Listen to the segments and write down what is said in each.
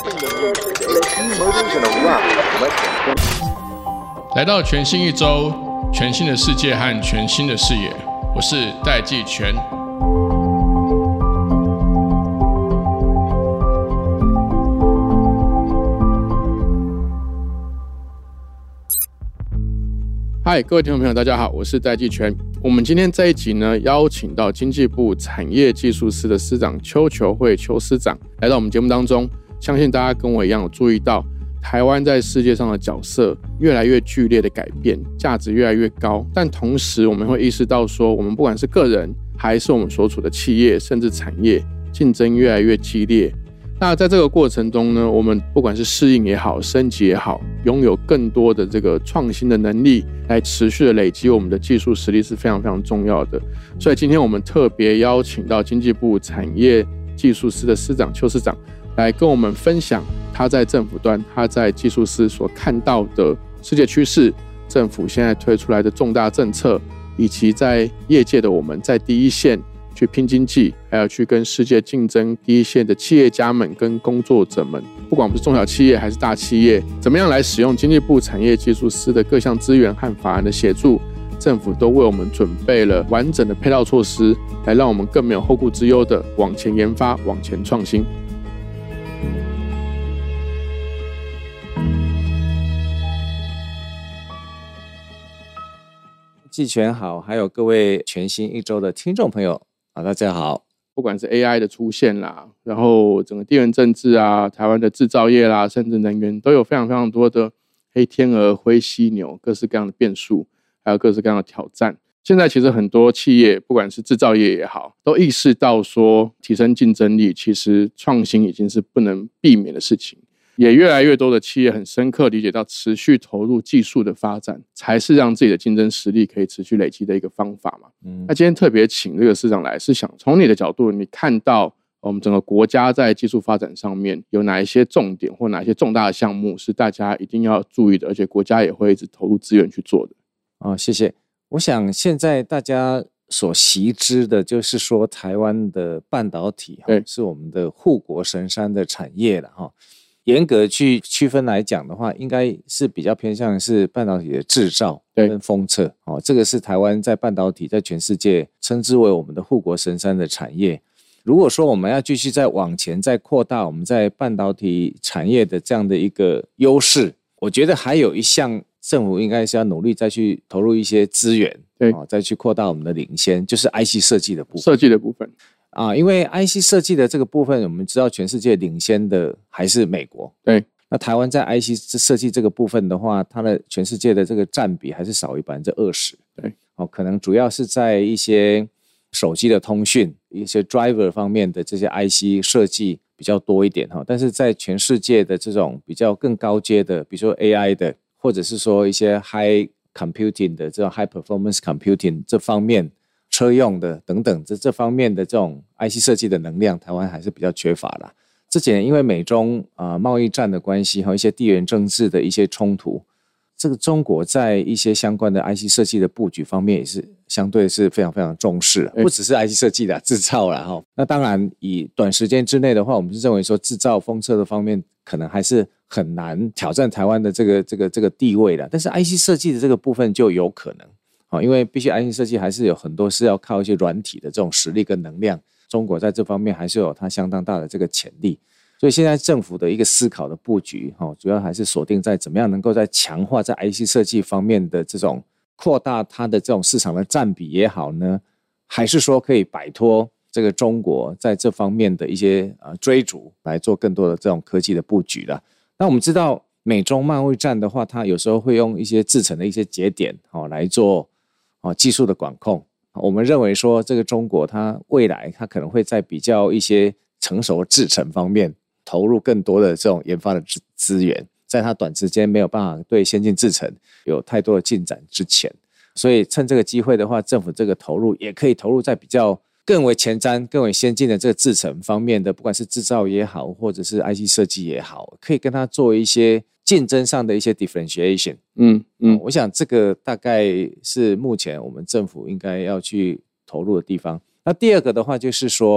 来到全新一周，全新的世界和全新的视野，我是戴季全。嗨，各位听众朋友，大家好，我是戴季全。我们今天这一集呢，邀请到经济部产业技术司的司长邱球慧邱司长来到我们节目当中。相信大家跟我一样有注意到，台湾在世界上的角色越来越剧烈的改变，价值越来越高。但同时，我们会意识到说，我们不管是个人，还是我们所处的企业，甚至产业，竞争越来越激烈。那在这个过程中呢，我们不管是适应也好，升级也好，拥有更多的这个创新的能力，来持续的累积我们的技术实力是非常非常重要的。所以今天我们特别邀请到经济部产业技术司的司长邱司长来跟我们分享他在政府端、他在技术司所看到的世界趋势，政府现在推出来的重大政策，以及在业界的我们在第一线去拼经济，还有去跟世界竞争第一线的企业家们跟工作者们，不管我们是中小企业还是大企业，怎么样来使用经济部产业技术司的各项资源和法案的协助，政府都为我们准备了完整的配套措施，来让我们更没有后顾之忧的往前研发、往前创新。 季全好，还有各位全新一周的听众朋友大家好。 不管是 AI 的出现啦，然后整个地缘政治啊，台湾的制造业啦，甚至能源，都有非常非常多的黑天鹅、灰犀牛，各式各样的变数，还有各式各样的挑战。现在其实很多企业，不管是制造业也好，都意识到说，提升竞争力，其实创新已经是不能避免的事情。也越来越多的企业很深刻理解到，持续投入技术的发展，才是让自己的竞争实力可以持续累积的一个方法嘛。那今天特别请这个司长来，是想从你的角度，你看到我们整个国家在技术发展上面有哪一些重点或哪一些重大的项目是大家一定要注意的，而且国家也会一直投入资源去做的。 谢谢。我想现在大家所习知的就是说，台湾的半导体是我们的护国神山的产业了哈。严格去区分来讲的话，应该是比较偏向是半导体的制造跟封测这个是台湾在半导体在全世界称之为我们的护国神山的产业。如果说我们要继续再往前再扩大我们在半导体产业的这样的一个优势，我觉得还有一项政府应该是要努力再去投入一些资源，再去扩大我们的领先，就是 IC 设计的部分。因为 IC 设计的这个部分，我们知道全世界领先的还是美国。对，那台湾在 IC 设计这个部分的话，它的全世界的这个占比还是少于 20%。对，可能主要是在一些手机的通讯、一些 driver 方面的这些 IC 设计比较多一点，但是在全世界的这种比较更高阶的，比如说 AI 的，或者是说一些 high computing 的这种 high performance computing 这方面。车用的等等这方面的这种 IC 设计的能量，台湾还是比较缺乏啦。这几年因为美中贸易战的关系和一些地缘政治的一些冲突，这个中国在一些相关的 IC 设计的布局方面也是相对是非常非常重视，不只是 IC 设计的制造啦。那当然以短时间之内的话，我们是认为说制造封测的方面可能还是很难挑战台湾的这个地位啦，但是 IC 设计的这个部分就有可能。因为必须 IC 设计还是有很多是要靠一些软体的这种实力跟能量，中国在这方面还是有它相当大的这个潜力，所以现在政府的一个思考的布局主要还是锁定在怎么样能够在强化在 IC 设计方面的这种扩大它的这种市场的占比也好呢，还是说可以摆脱这个中国在这方面的一些追逐，来做更多的这种科技的布局啦。那我们知道美中贸易战的话，它有时候会用一些制程的一些节点来做技术的管控。我们认为说这个中国它未来它可能会在比较一些成熟制程方面投入更多的这种研发的资源，在它短时间没有办法对先进制程有太多的进展之前，所以趁这个机会的话，政府这个投入也可以投入在比较更为前瞻更为先进的这个制程方面的，不管是制造也好或者是 IC 设计也好，可以跟它做一些竞争上的一些 differentiation。我想这个大概是目前我们政府应该要去投入的地方。那第二个的话就是说，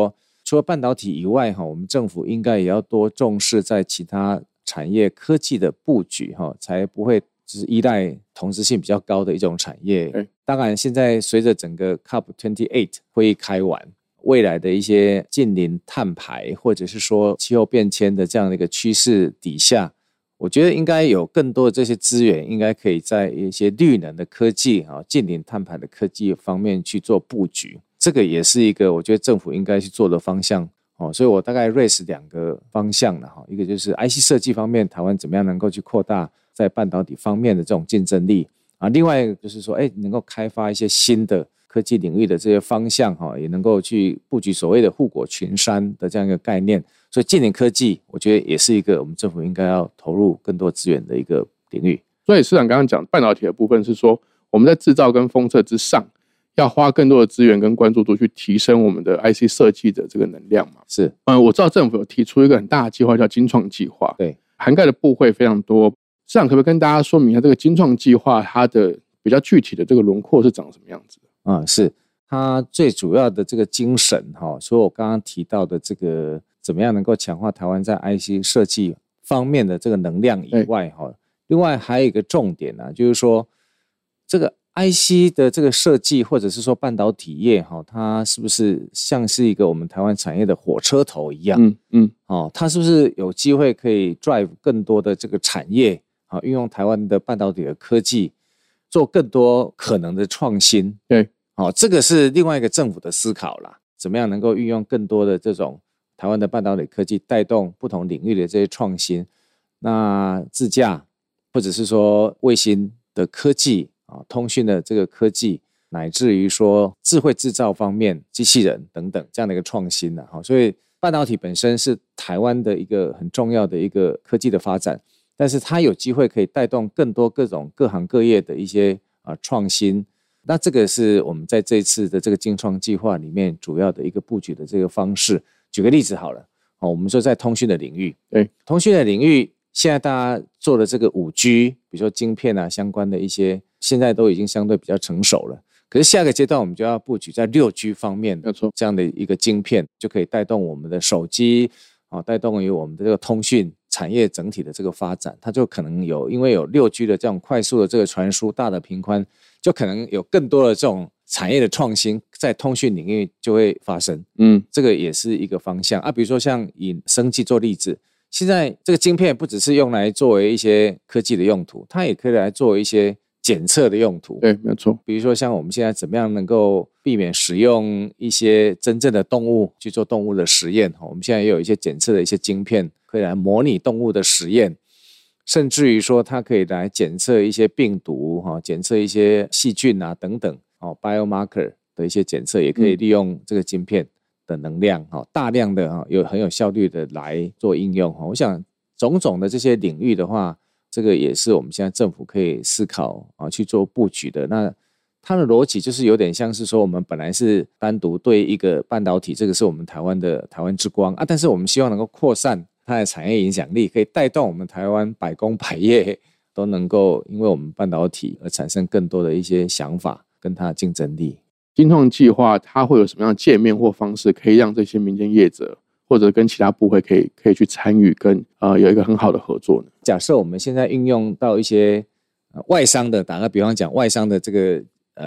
除了半导体以外，我们政府应该也要多重视在其他产业科技的布局，才不会只是依赖同质性比较高的一种产业。当然现在随着整个 COP28 会议开完，未来的一些近零碳排或者是说气候变迁的这样的一个趋势底下，我觉得应该有更多的这些资源应该可以在一些绿能的科技、近零碳排的科技方面去做布局，这个也是一个我觉得政府应该去做的方向。所以我大概 raise 2个方向了，一个就是 IC 设计方面台湾怎么样能够去扩大在半导体方面的这种竞争力，另外一个就是说能够开发一些新的科技领域的这些方向，也能够去布局所谓的护国群山的这样一个概念。所以近零科技我觉得也是一个我们政府应该要投入更多资源的一个领域。 所以市长刚刚讲半导体的部分是说我们在制造跟封测之上要花更多的资源跟关注度去提升我们的 IC 设计的这个能量嘛。 是， 我知道政府有提出一个很大的计划叫精创计划， 对， 涵盖的部会非常多。市长可不可以跟大家说明一下这个精创计划它的比较具体的这个轮廓是长什么样子的？ 是它最主要的这个精神，所以我刚刚提到的这个怎么样能够强化台湾在 IC 设计方面的这个能量以外，另外还有一个重点就是说这个 IC 的这个设计或者是说半导体业，它是不是像是一个我们台湾产业的火车头一样，它是不是有机会可以 drive 更多的这个产业，运用台湾的半导体的科技做更多可能的创新。 对， 这个是另外一个政府的思考啦，怎么样能够运用更多的这种台湾的半导体科技带动不同领域的这些创新，那自驾或者是说卫星的科技，通讯的这个科技，乃至于说智慧制造方面机器人等等这样的一个创新所以半导体本身是台湾的一个很重要的一个科技的发展，但是它有机会可以带动更多各种各行各业的一些创新。那这个是我们在这一次的这个精创计划里面主要的一个布局的这个方式。举个例子好了，我们说在通讯的领域，对，通讯的领域现在大家做的这个 5G 比如说晶片相关的一些现在都已经相对比较成熟了，可是下个阶段我们就要布局在 6G 方面这样的一个晶片，就可以带动我们的手机，带动于我们的这个通讯产业整体的这个发展。它就可能因为有 6G 的这种快速的这个传输，大的频宽，就可能有更多的这种产业的创新在通讯领域就会发生。这个也是一个方向比如说像以生技做例子，现在这个晶片不只是用来作为一些科技的用途，它也可以来作为一些检测的用途。 对，没有错。 比如说像我们现在怎么样能够避免使用一些真正的动物去做动物的实验，我们现在也有一些检测的一些晶片可以来模拟动物的实验，甚至于说它可以来检测一些病毒，检测一些细菌等等biomarker 的一些检测，也可以利用这个晶片的能量大量的很有效率的来做应用。我想种种的这些领域的话，这个也是我们现在政府可以思考去做布局的。那它的逻辑就是有点像是说我们本来是单独对一个半导体，这个是我们台湾的台湾之光但是我们希望能够扩散它的产业影响力，可以带动我们台湾百工百业都能够因为我们半导体而产生更多的一些想法跟它的竞争力。 精创计划它会有什么样的界面或方式可以让这些民间业者或者跟其他部会可以去参与跟有一个很好的合作呢？ 假设我们现在运用到一些外商的，打个比方讲外商的这个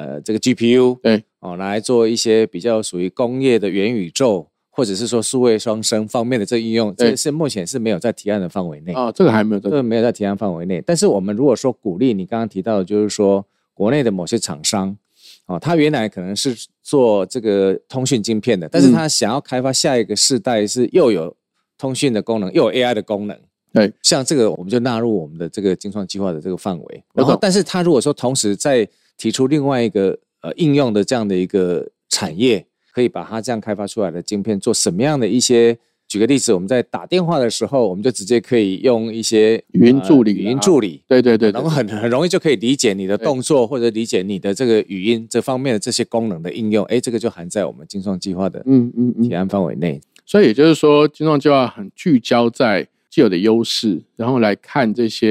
GPU 对来做一些比较属于工业的元宇宙或者是说数位双生方面的这个应用，这是目前是没有在提案的范围内这个还没有这个没有在提案范围内。但是我们如果说鼓励你刚刚提到的，就是说国内的某些厂商他原来可能是做这个通讯晶片的，但是他想要开发下一个世代是又有通讯的功能又有 AI 的功能， 对， 像这个我们就纳入我们的这个精创计划的这个范围。然后但是他如果说同时再提出另外一个应用的这样的一个产业，可以把它这样开发出来的晶片做什么样的一些，举个例子，我们在打电话的时候我们就直接可以用一些语音助理对，然后很容易就可以理解你的动作或者理解你的这个语音这方面的这些功能的应用，这个就含在我们精创计划的提案范围内。 所以也就是说精创计划很聚焦在既有的优势，然后来看这些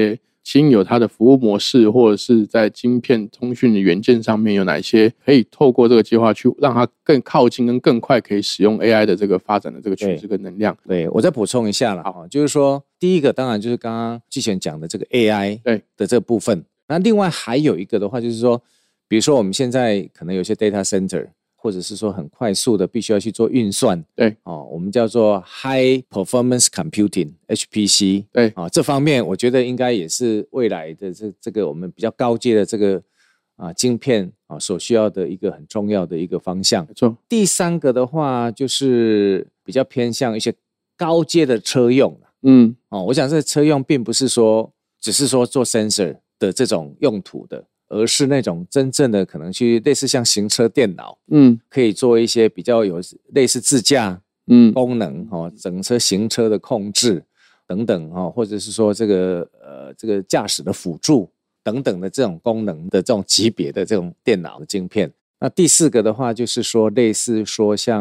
经有它的服务模式，或者是在晶片通讯的元件上面有哪些可以透过这个计划去让它更靠近跟更快可以使用 AI 的这个发展的这个趋势跟能量。 对，我再补充一下啦，就是说第一个当然就是刚刚季贤讲的这个 AI 的这个部分，那另外还有一个的话就是说，比如说我们现在可能有些 data center， 或者是说很快速的必须要去做运算， 对， 我们叫做 High Performance Computing HPC， 对， 这方面我觉得应该也是未来的这个我们比较高阶的这个晶片所需要的一个很重要的一个方向。 没错。 第三个的话就是比较偏向一些高阶的车用，我想这车用并不是说只是说做 sensor 的这种用途的，而是那种真正的可能去类似像行车电脑，可以做一些比较有类似自驾功能，整车行车的控制等等，或者是说这个驾驶的辅助等等的这种功能的这种级别的这种电脑的晶片。那第四个的话就是说类似说像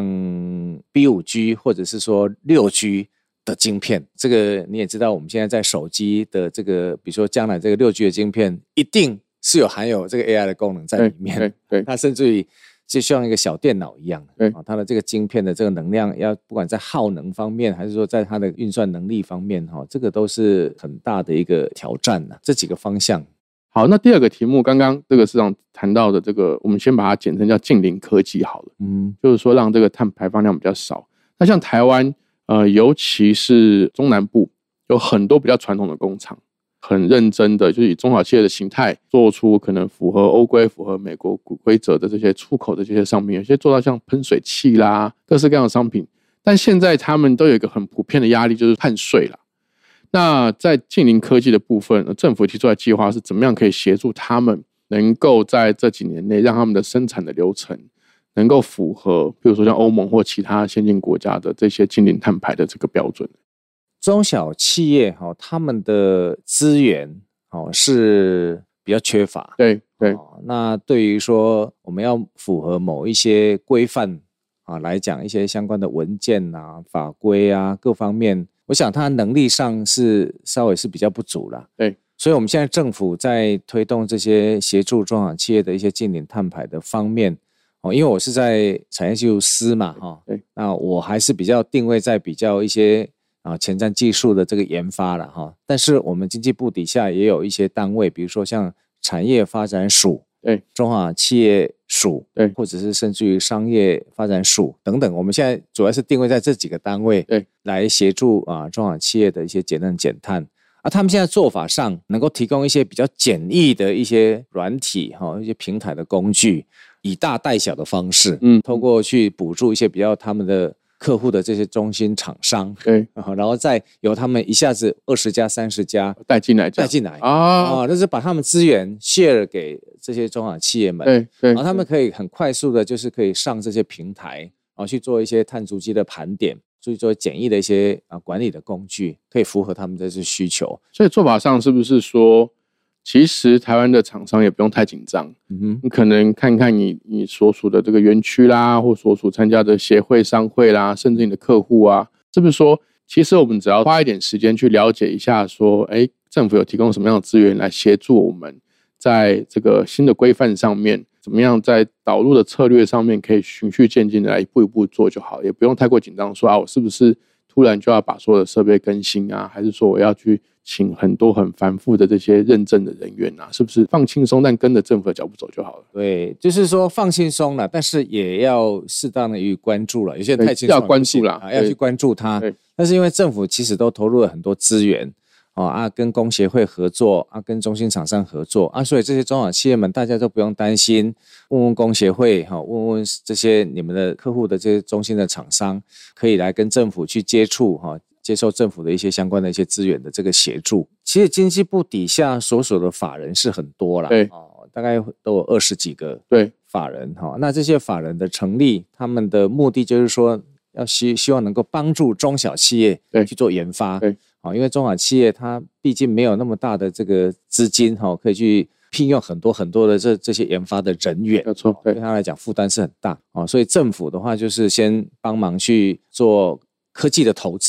B5G 或者是说 6G 的晶片，这个你也知道我们现在在手机的这个比如说将来这个 6G 的晶片一定是含有这个 AI 的功能在里面，对，它甚至于就像一个小电脑一样，它的这个晶片的这个能量要不管在耗能方面还是说在它的运算能力方面，这个都是很大的一个挑战，这几个方向。 好，那第二个题目刚刚这个市长谈到的这个，我们先把它简称叫近邻科技好了，就是说让这个碳排放量比较少。那像台湾尤其是中南部有很多比较传统的工厂，很认真的就是以中小企业的形态做出可能符合欧规符合美国规则的这些出口的这些商品，有些做到像喷水器啦各式各样的商品，但现在他们都有一个很普遍的压力，就是碳税啦。那在近邻科技的部分，政府提出来的计划是怎么样可以协助他们能够在这几年内让他们的生产的流程能够符合比如说像欧盟或其他先进国家的这些近邻碳排的这个标准。 中小企业他们的资源是比较缺乏， 对， 那对于说我们要符合某一些规范来讲，一些相关的文件法规各方面，我想它能力上是稍微是比较不足啦。 对， 所以我们现在政府在推动这些协助中小企业的一些近邻碳排的方面，因为我是在产业技术司嘛， 对， 那我还是比较定位在比较一些前瞻技术的这个研发啦，但是我们经济部底下也有一些单位，比如说像产业发展署， 对， 中小企业署，对，或者是甚至于商业发展署等等，我们现在主要是定位在这几个单位，对，来协助中小企业的一些节能减碳。他们现在做法上能够提供一些比较简易的一些软体，一些平台的工具，以大带小的方式，透过去补助一些比较他们的客户的这些中心厂商，对，然后再由他们一下子20家30家带进来就是把他们资源 share 给这些中小企业们，对，然后他们可以很快速的就是可以上这些平台，然后去做一些碳足迹的盘点，去做简易的一些管理的工具，可以符合他们的这些需求。 所以做法上是不是说其实台湾的厂商也不用太紧张，你可能看看你所属的这个园区啦，或所属参加的协会商会啦，甚至你的客户是不是说其实我们只要花一点时间去了解一下说政府有提供什么样的资源来协助我们在这个新的规范上面怎么样在导入的策略上面可以循序渐进的来一步一步做就好，也不用太过紧张说我是不是突然就要把所有的设备更新还是说我要去请很多很繁复的这些认证的人员是不是放轻松但跟着政府的脚步走就好了？ 对，就是说放轻松了，但是也要适当的予以关注了，有些人太轻松要关注了要去关注它，但是因为政府其实都投入了很多资源跟工协会合作跟中心厂商合作所以这些中小企业们大家都不用担心，问问工协会问问这些你们的客户的这些中心的厂商，可以来跟政府去接触接受政府的一些相关的一些资源的这个协助。其实经济部底下所属的法人是很多啦，对大概都有20几个法人那这些法人的成立，他们的目的就是说要希望能够帮助中小企业去做研发，因为中小企业它毕竟没有那么大的这个资金可以去聘用很多很多的这些研发的人员，没错，对他来讲负担是很大所以政府的话就是先帮忙去做科技的投资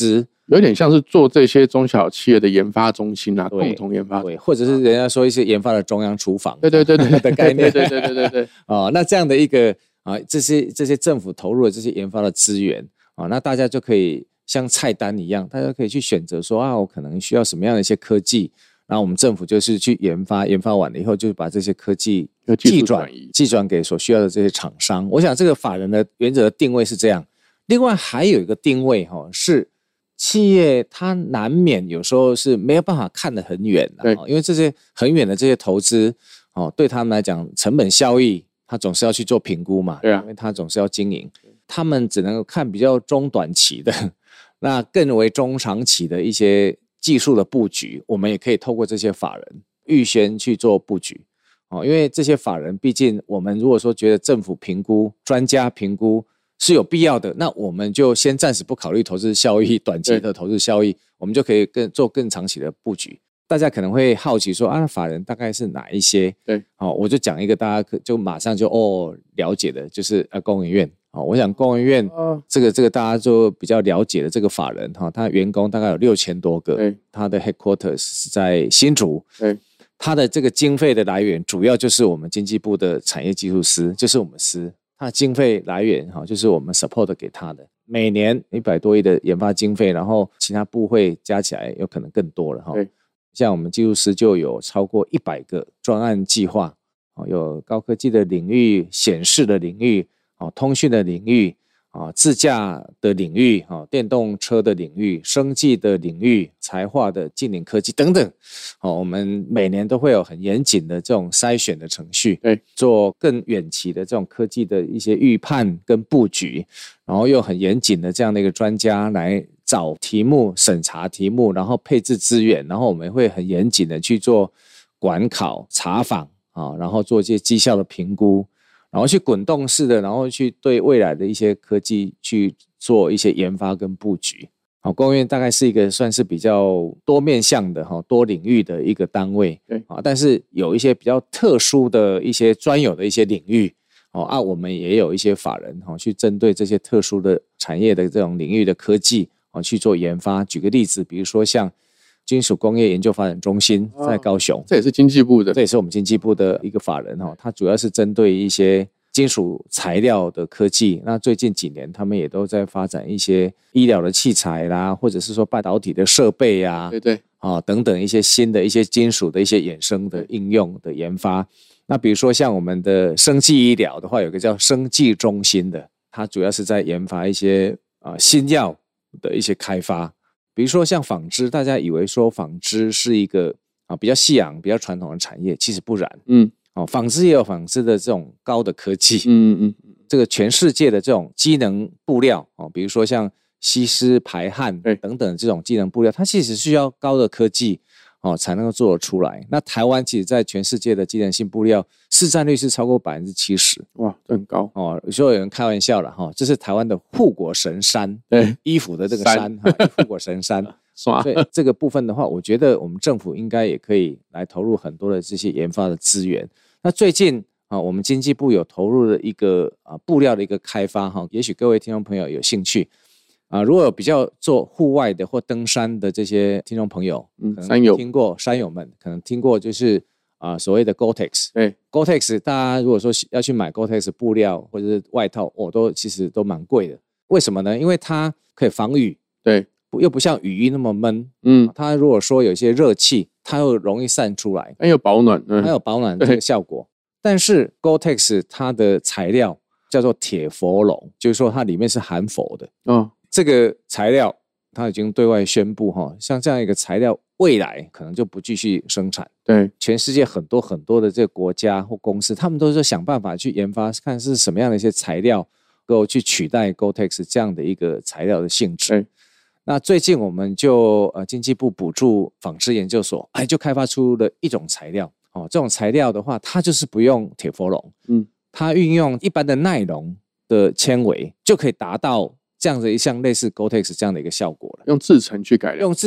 有点像是做这些中小企业的研发中心啊，共同研发， 对，或者是人家说一些研发的中央厨房， 对的概念， 对那这样的一个这些政府投入的这些研发的资源那大家就可以像菜单一样，大家可以去选择说我可能需要什么样的一些科技，然后我们政府就是去研发完了以后，就把这些科技寄转给所需要的这些厂商。我想这个法人的原则的定位是这样。另外还有一个定位是企业它难免有时候是没有办法看得很远的，因为这些很远的这些投资对他们来讲成本效益它总是要去做评估嘛，因为它总是要经营，他们只能够看比较中短期的，那更为中长期的一些技术的布局，我们也可以透过这些法人预先去做布局因为这些法人毕竟我们如果说觉得政府评估、专家评估是有必要的，那我们就先暂时不考虑投资效益，短期的投资效益，我们就可以做更长期的布局。大家可能会好奇说法人大概是哪一些？对，我就讲一个大家就马上就了解的，就是工研院。我想工研院这个大家就比较了解的这个法人他员工大概有6000多个，他的 headquarters 是在新竹，他的这个经费的来源主要就是我们经济部的产业技术司，就是我们司。它的经费来源就是我们 support 给他的，每年100多亿的研发经费，然后其他部会加起来有可能更多了像我们技术司就有超过100个专案计划有高科技的领域、显示的领域、通讯的领域、自驾的领域、电动车的领域、生技的领域、材化的近邻科技等等我们每年都会有很严谨的这种筛选的程序，做更远期的这种科技的一些预判跟布局，然后又很严谨的这样的一个专家来找题目、审查题目，然后配置资源，然后我们会很严谨的去做管考、查访然后做一些绩效的评估，然后去滚动式的，然后去对未来的一些科技去做一些研发跟布局。工研院大概是一个算是比较多面向的多领域的一个单位，但是有一些比较特殊的一些专有的一些领域我们也有一些法人去针对这些特殊的产业的这种领域的科技去做研发。举个例子，比如说像金属工业研究发展中心在高雄， 这也是经济部的， 这也是我们经济部的一个法人它主要是针对一些金属材料的科技。那最近几年他们也都在发展一些医疗的器材啦，或者是说半导体的设备等等一些新的一些金属的一些衍生的应用的研发。那比如说像我们的生技医疗的话，有个叫生技中心的，它主要是在研发一些新药的一些开发。比如说像纺织，大家以为说纺织是一个比较夕阳、比较传统的产业，其实不然。纺织也有纺织的这种高的科技。这个全世界的这种机能布料比如说像吸湿排汗等等这种机能布料，它其实需要高的科技才能够做得出来。那台湾其实在全世界的机能性布料市占率是超过 70%。 哇，这很高有时候有人开玩笑了这是台湾的护国神山，衣服的这个山护国神山所以这个部分的话，我觉得我们政府应该也可以来投入很多的这些研发的资源。那最近我们经济部有投入了一个布料的一个开发也许各位听众朋友有兴趣如果有比较做户外的或登山的这些听众朋友，可能听过山友们可能听过就是所谓的 Gore-Tex。Gore-Tex 大家如果说要去买 Gore-Tex 布料或者是外套其实都蛮贵的。为什么呢？因为它可以防雨，又不像雨衣那么闷。它如果说有一些热气，它又容易散出来， 还有保暖， 还有保暖这个效果。但是 Gore-Tex 它的材料叫做铁氟龙，就是说它里面是含氟的。这个材料它已经对外宣布像这样一个材料未来可能就不继续生产。全世界很多很多的这个国家或公司，他们都是想办法去研发，看是什么样的一些材料够去取代 Gore-Tex 这样的一个材料的性质。那最近我们就经济部补助纺织研究所就开发出了一种材料这种材料的话，它就是不用铁氟龙，它运用一般的耐溶的纤维就可以达到这样的像类似 Gore-Tex 这样的一个效果了。 用制程去改良，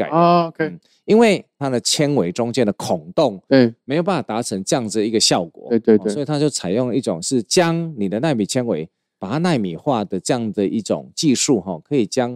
OK。因为它的纤维中间的孔洞没有办法达成这样子一个效果，所以它就采用一种是将你的奈米纤维把它奈米化的这样的一种技术可以将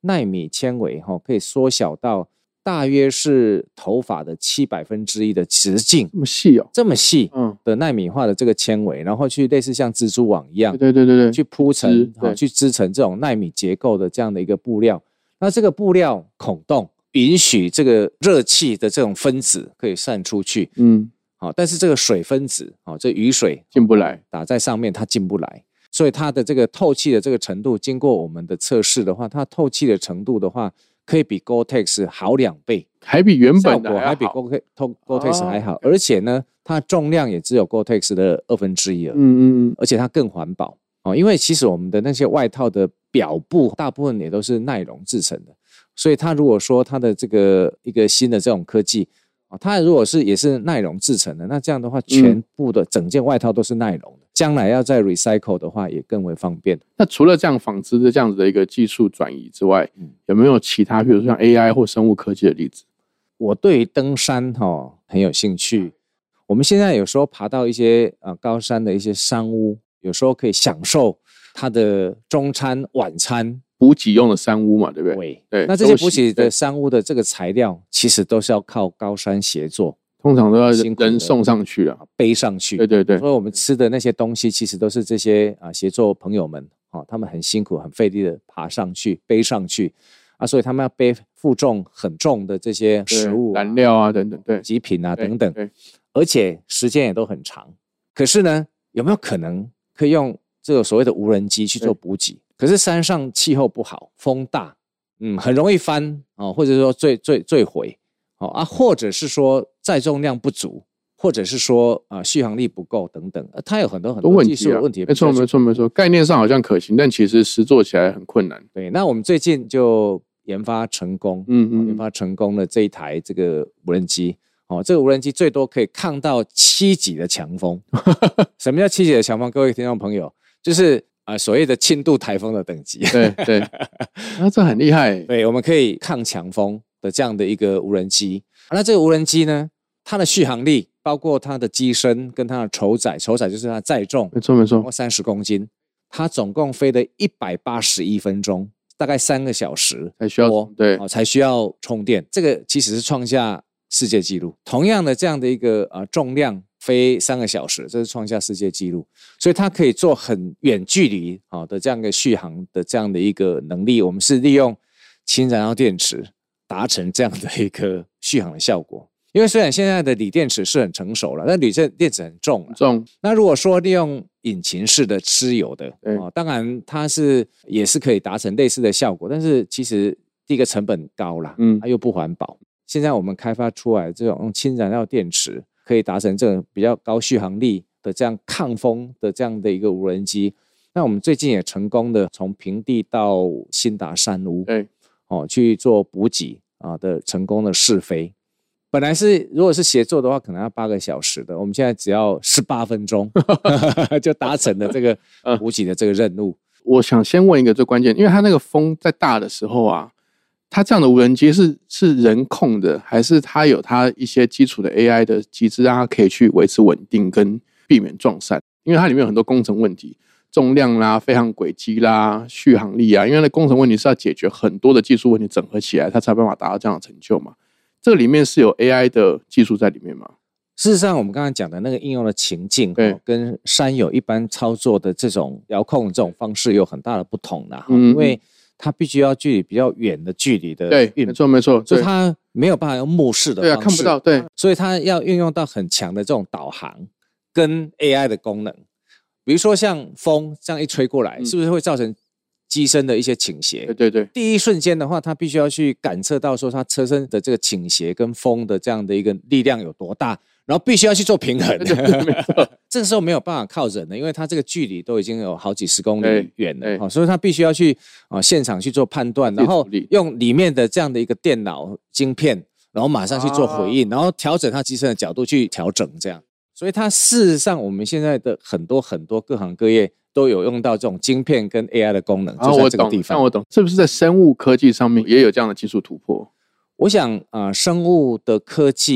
奈米纤维可以缩小到大约是头发的1/700的直径， 这么细哦， 这么细的奈米化的这个纤维，然后去类似像蜘蛛网一样， 对， 去铺成去织成这种奈米结构的这样的一个布料。那这个布料孔洞允许这个热气的这种分子可以散出去，但是这个水分子这雨水进不来， 打在上面它进不来，所以它的这个透气的这个程度，经过我们的测试的话，它透气的程度的话，可以比 Gore-Tex 好2倍， 还比原本的还比 Gore-Tex 还好，而且呢，它重量也只有 Gore-Tex 的1/2而已，而且它更环保因为其实我们的那些外套的表布大部分也都是奈龙制成的，所以它如果说它的这个一个新的这种科技，它如果也是奈龙制成的，那这样的话，全部的整件外套都是奈龙的，将来要再 recycle 的话，也更为方便。 那除了这样纺织的这样子的一个技术转移之外，有没有其他，比如说像 AI 或生物科技的例子？ 我对于登山很有兴趣。我们现在有时候爬到一些高山的一些山屋，有时候可以享受它的中餐、晚餐。 补给用的山屋嘛，对不对？ 对。那这些补给的山屋的这个材料，其实都是要靠高山协作， 通常都要人送上去啊， 背上去。 对。 所以我们吃的那些东西，其实都是这些协作朋友们他们很辛苦、很费力的爬上去、背上去所以他们要背负重很重的这些食物、 燃料啊等等，对， 极品等等，而且时间也都很长。可是呢，有没有可能可以用这个所谓的无人机去做补给？可是山上气候不好，风大，很容易翻或者说坠毁或者是说载重量不足，或者是说续航力不够等等，它有很多技术的问题。 没错，概念上好像可行，但其实实做起来很困难。 对，那我们最近就研发成功了这一台这个无人机这个无人机最多可以抗到7级的强风。什么叫7级的强风？各位听众朋友，就是所谓的轻度台风的等级。 对，那这很厉害。 对，我们可以抗强风的这样的一个无人机。那这个无人机呢，它的续航力包括它的机身跟它的筹载就是它的载重， 没错 ，30公斤，它总共飞了181分钟，大概3个小时才需要充电。这个其实是创下世界纪录。同样的这样的一个重量飞3个小时，这是创下世界纪录。所以它可以做很远距离的这样一个续航的这样的一个能力。我们是利用氢燃料电池达成这样的一个续航的效果。因为虽然现在的锂电池是很成熟了，但锂电池很重。那如果说利用引擎式的吃油的当然它也是可以达成类似的效果，但是其实第一个成本高啦，它又不环保。现在我们开发出来这种用氢燃料电池可以达成这种比较高续航力的这样抗风的这样的一个无人机。那我们最近也成功的从平地到新达山屋去做补给的成功的试飞。本来如果是协作的话，可能要8个小时的，我们现在只要18分钟就达成了这个补给的这个任务。 我想先问一个最关键，因为它那个风在大的时候它这样的无人机是人控的，还是它有它一些基础的 AI 的机制，让它可以去维持稳定跟避免撞散？因为它里面有很多工程问题，重量啦、飞行轨迹啦、续航力因为那工程问题是要解决很多的技术问题整合起来，它才有办法达到这样的成就嘛。这个里面是有 AI 的技术在里面吗？ 事实上我们刚才讲的那个应用的情境跟山友一般操作的这种遥控这种方式有很大的不同啦，因为它必须要距离比较远的距离的运， 对，没错， 所以它没有办法用目视的方式， 看不到，对， 所以它要运用到很强的这种导航跟 AI 的功能。比如说像风这样一吹过来，是不是会造成机身的一些倾斜？ 对， 第一瞬间的话，它必须要去感测到说它车身的这个倾斜跟风的这样的一个力量有多大，然后必须要去做平衡。这个时候没有办法靠人的，因为它这个距离都已经有好几十公里远了，所以它必须要去现场去做判断，然后用里面的这样的一个电脑晶片，然后马上去做回应，然后调整它机身的角度去调整这样。所以它事实上我们现在的很多各行各业都有用到这种晶片跟 AI 的功能，就在这个地方。 我懂，是不是在生物科技上面也有这样的技术突破？ 我想生物的科技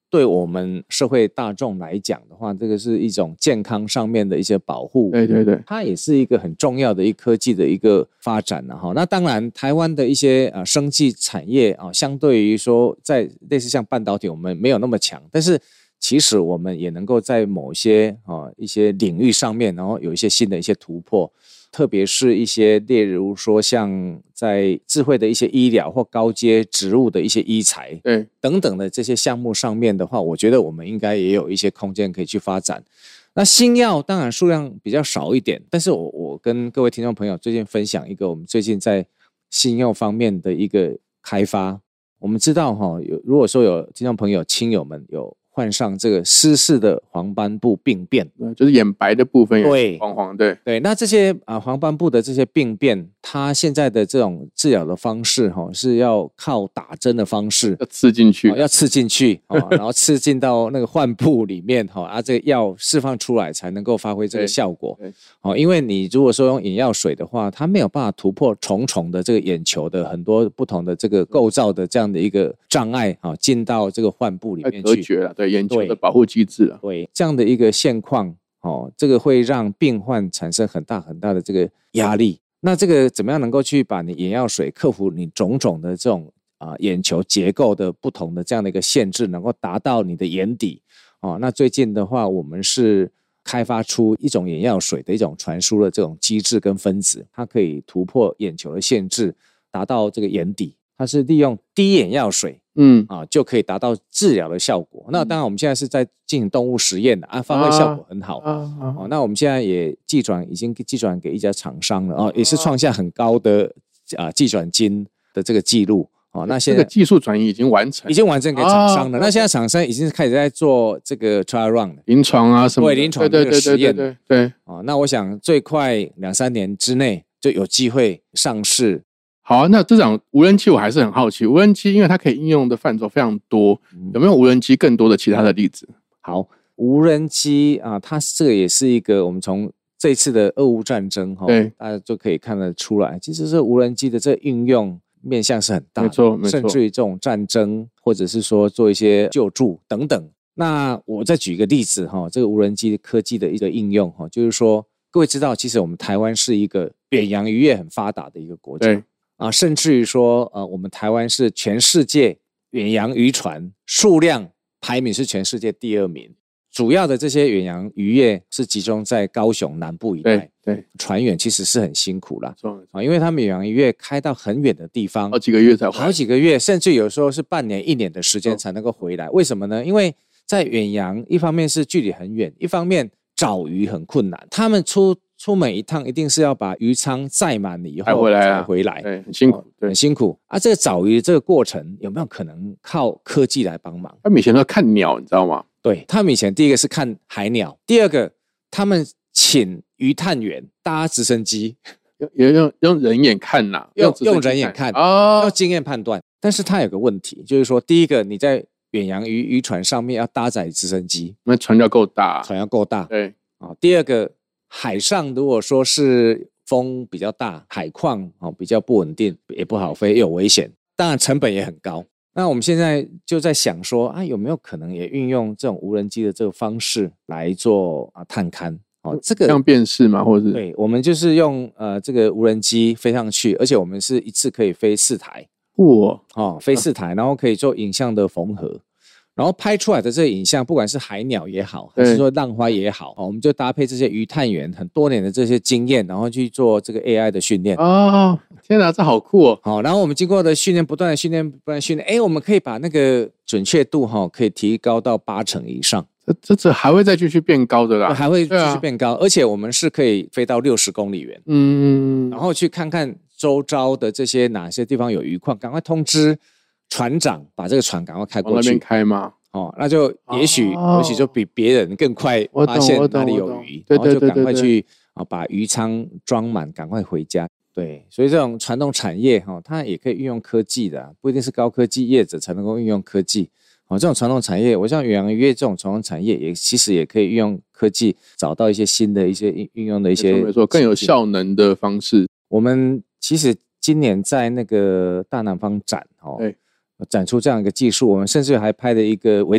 对我们社会大众来讲的话，这个是一种健康上面的一些保护。 对对对， 它也是一个很重要的科技的一个发展哈。那当然，台湾的一些生技产业啊，相对于说在类似像半导体，我们没有那么强，但是其实我们也能够在某些一些领域上面，然后有一些新的一些突破。特别是一些例如说像在智慧的一些医疗或高阶植物的一些医材对等等的这些项目上面的话，我觉得我们应该也有一些空间可以去发展。那新药当然数量比较少一点，但是我跟各位听众朋友最近分享一个我们最近在新药方面的一个开发。我们知道如果说有听众朋友亲友们有患上这个湿式的黄斑部病变， 就是眼白的部分也黄黄， 对，那这些黄斑部的这些病变，它现在的这种治疗的方式是要靠打针的方式， 要刺进去， 然后刺进到那个患部里面这个药释放出来才能够发挥这个效果。因为你如果说用眼药水的话，它没有办法突破重重的这个眼球的很多不同的这个构造的这样的一个障碍进到这个患部里面去， 隔绝了，对眼球的保护机制了。 对，这样的一个现况这个会让病患产生很大很大的这个压力。那这个怎么样能够去把你眼药水克服你种种的这种眼球结构的不同的这样的一个限制，能够达到你的眼底那最近的话，我们是开发出一种眼药水的一种传输的这种机制跟分子，它可以突破眼球的限制，达到这个眼底。它是利用滴眼药水就可以达到治疗的效果。那当然我们现在是在进行动物实验的发挥效果很好。那我们现在也已经寄转给一家厂商了也是创下很高的寄转金的这个记录。那现在这个技术转移已经完成给厂商了。那现在厂商已经开始在做这个 trial run 临床什么的， 对临床的实验。 对那我想最快2-3年之内就有机会上市。 好那这种无人机我还是很好奇，无人机因为它可以应用的范畴非常多，有没有无人机更多的其他的例子？ 好，无人机它这个也是一个我们从这次的俄乌战争大家就可以看得出来，其实是无人机的这应用面向是很大的， 没错， 甚至于这种战争或者是说做一些救助等等。那我再举一个例子这个无人机科技的一个应用就是说各位知道，其实我们台湾是一个远洋渔业很发达的一个国家。甚至于说我们台湾是全世界远洋渔船数量排名是全世界第2名，主要的这些远洋渔业是集中在高雄南部一带。 对， 船员其实是很辛苦啦因为他们远洋渔业开到很远的地方， 好几个月才回来， 好几个月，甚至有时候是半年1年的时间才能够回来。为什么呢？因为在远洋一方面是距离很远，一方面找鱼很困难，他们出门一趟一定是要把鱼舱载满了以后才回来， 对，很辛苦， 很辛苦这个找鱼这个过程有没有可能靠科技来帮忙？ 他们以前都看鸟，你知道吗？ 对，他们以前第一个是看海鸟，第二个他们请鱼探员搭直升机， 用人眼看用人眼看用经验判断。但是它有个问题，就是说第一个你在远洋渔船上面要搭载直升机， 那船要够大， 对第二个海上如果说是风比较大，海况比较不稳定，也不好飞，也有危险，当然成本也很高。那我们现在就在想说有没有可能也运用这种无人机的这个方式来做探勘这个像辨识吗？或者是对，我们就是用这个无人机飞上去，而且我们是一次可以飞4台飞4台，然后可以做影像的缝合，然后拍出来的这个影像，不管是海鸟也好，还是说浪花也好我们就搭配这些鱼探员很多年的这些经验，然后去做这个 AI 的训练。 天哪，这好酷然后我们经过的训练，不断的训练，我们可以把那个准确度可以提高到80%以上。 这还会再继续变高的啦， 还会继续变高，而且我们是可以飞到60公里远，然后去看看周遭的这些哪些地方有鱼况，赶快通知船长把这个船赶快开过去。 往那边开吗？ 那就也许就比别人更快发现哪里有鱼，然后就赶快去把鱼舱装满，赶快回家。对，所以这种传统产业它也可以运用科技的，不一定是高科技业者才能够运用科技。这种传统产业，我像远洋渔业这种传统产业其实也可以运用科技找到一些新的一些运用的一些没错更有效能的方式。 我们其实今年在那个大南方展展出这样一个技术，我们甚至还拍了一个微电影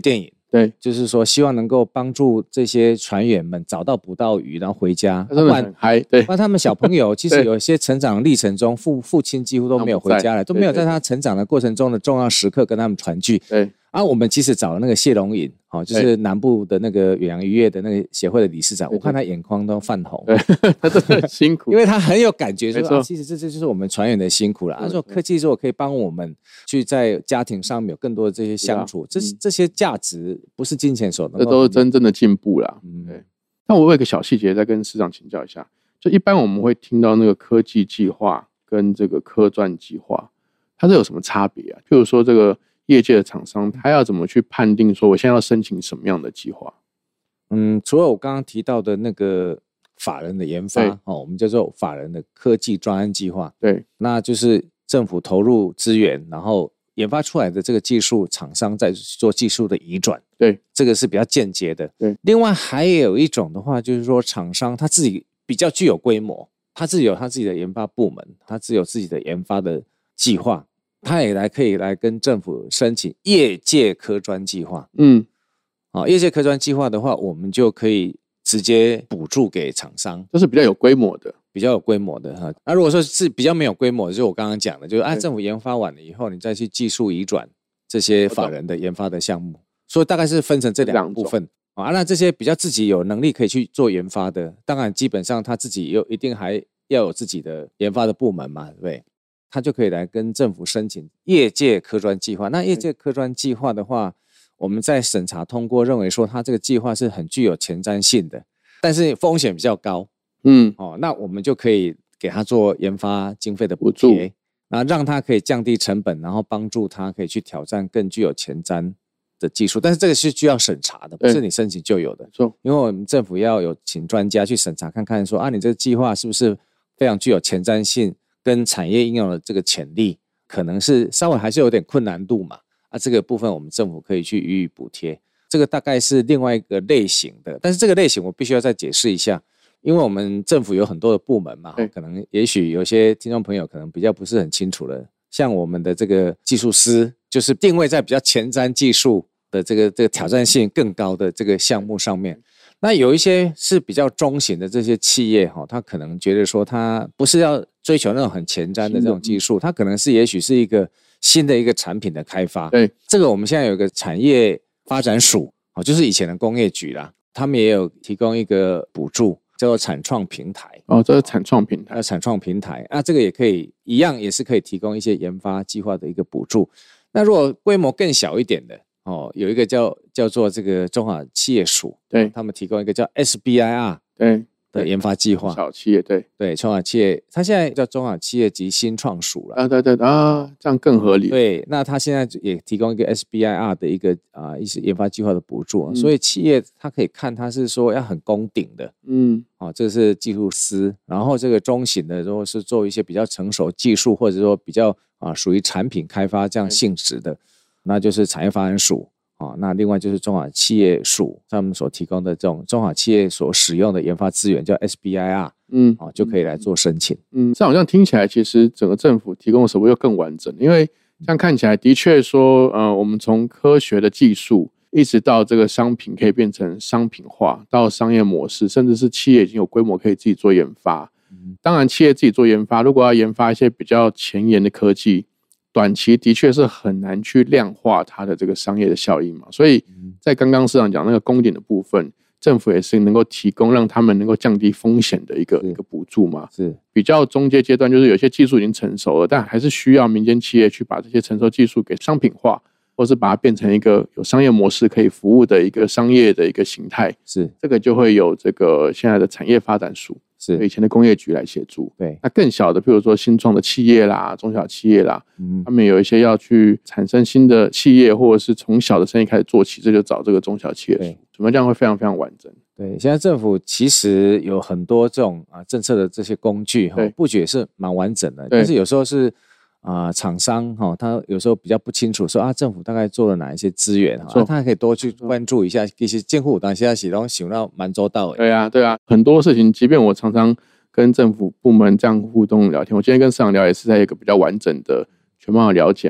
对， 就是说希望能够帮助这些船员们找到捕到鱼，然后回家。 真的很嗨，对。 那他们小朋友其实有些成长历程中，父亲几乎都没有回家了，都没有在他成长的过程中的重要时刻跟他们团聚。 对。 我们其实找了那个谢龙颖，就是南部的那个远洋渔业的那个协会的理事长，我看他眼眶都泛红， 他真的很辛苦， 因为他很有感觉，说其实这就是我们船员的辛苦了。他说科技如果可以帮我们去在家庭上面有更多的这些相处，这些价值不是金钱所能， 这都是真正的进步啦。对。那我有一个小细节再跟市长请教一下，就一般我们会听到那个科技计划跟这个科专计划，它是有什么差别啊？譬如说这个业界的厂商他要怎么去判定说我现在要申请什么样的计划？ 除了我刚刚提到的那个法人的研发，我们叫做法人的科技专案计划， 对， 那就是政府投入资源，然后研发出来的这个技术，厂商在做技术的移转， 对， 这个是比较间接的。 对， 另外还有一种的话，就是说厂商他自己比较具有规模，他自己有他自己的研发部门，他自己有自己的研发的计划，他也可以来跟政府申请业界科专计划。业界科专计划的话，我们就可以直接补助给厂商， 这是比较有规模的。 那如果说是比较没有规模的，就是我刚刚讲的，就是政府研发完了以后，你再去技术移转这些法人的研发的项目，所以大概是分成这两个部分。那这些比较自己有能力可以去做研发的，当然基本上他自己一定还要有自己的研发的部门嘛，对不对？他就可以来跟政府申请业界科专计划。那业界科专计划的话，我们在审查通过，认为说他这个计划是很具有前瞻性的，但是风险比较高。那我们就可以给他做研发经费的补贴，那让他可以降低成本，然后帮助他可以去挑战更具有前瞻的技术。但是这个是需要审查的，不是你申请就有的。因为我们政府要有请专家去审查看看说你这个计划是不是非常具有前瞻性跟产业应用的这个潜力，可能是稍微还是有点困难度嘛。这个部分我们政府可以去予以补贴，这个大概是另外一个类型的。但是这个类型我必须要再解释一下，因为我们政府有很多的部门嘛，可能也许有些听众朋友可能比较不是很清楚了。像我们的这个技术师，就是定位在比较前瞻技术的这个挑战性更高的这个项目上面。那有一些是比较中型的这些企业，他可能觉得说他不是要追求那种很前瞻的这种技术，他可能是也许是一个新的一个产品的开发。 对， 这个我们现在有一个产业发展署，就是以前的工业局啦，他们也有提供一个补助，叫做产创平台。 这是产创平台。 产创平台，这个也可以一样，也是可以提供一些研发计划的一个补助。那如果规模更小一点的，有一个叫做这个中华企业署， 对， 他们提供一个叫 SBIR 对的研发计划。 小企业， 对，中华企业，它现在叫中华企业及新创署了。 对这样更合理。 对，那它现在也提供一个 SBIR 的一些研发计划的补助，所以企业它可以看它是说要很攻顶的，这个是技术师，然后这个中型的如果是做一些比较成熟技术，或者说比较属于产品开发这样性质的，那就是产业发展署。那另外就是中华企业署他们所提供的这种中华企业所使用的研发资源叫 SBIR， 就可以来做申请。 这好像听起来其实整个政府提供的服务又更完整，因为这样看起来的确说我们从科学的技术一直到这个商品可以变成商品化，到商业模式，甚至是企业已经有规模可以自己做研发。当然企业自己做研发，如果要研发一些比较前沿的科技，短期的确是很难去量化它的这个商业的效应嘛，所以在刚刚市长讲那个攻顶的部分，政府也是能够提供让他们能够降低风险的一个补助嘛。 是比较中阶阶段，就是有些技术已经成熟了，但还是需要民间企业去把这些成熟技术给商品化，或是把它变成一个有商业模式可以服务的一个商业的一个形态。 是这个就会有这个现在的产业发展署，是以前的工业局来协助。 对， 那更小的，譬如说新创的企业啦、中小企业啦，他们有一些要去产生新的企业，或者是从小的生意开始做起，这就找这个中小企业署，怎么这样会非常非常完整。 对，现在政府其实有很多这种政策的这些工具，布局也是蛮完整的，但是有时候是厂商他有时候比较不清楚说政府大概做了哪一些资源，他可以多去关注一下。其实政府当现在是都想到蛮周到的。 对啊，很多事情，即便我常常跟政府部门这样互动聊天，我今天跟市长聊也是在一个比较完整的全貌的了解嘛。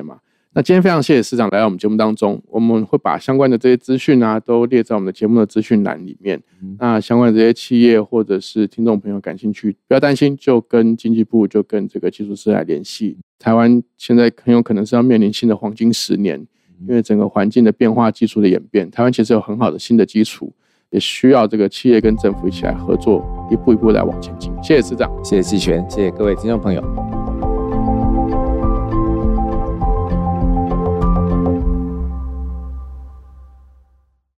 那今天非常谢谢司长来到我们节目当中，我们会把相关的这些资讯啊都列在我们的节目的资讯栏里面。那相关的这些企业或者是听众朋友感兴趣，不要担心，就跟经济部就跟这个技术师来联系。台湾现在很有可能是要面临新的黄金10年，因为整个环境的变化、技术的演变，台湾其实有很好的新的基础，也需要这个企业跟政府一起来合作，一步一步来往前进。谢谢司长， 谢谢季全，谢谢各位听众朋友。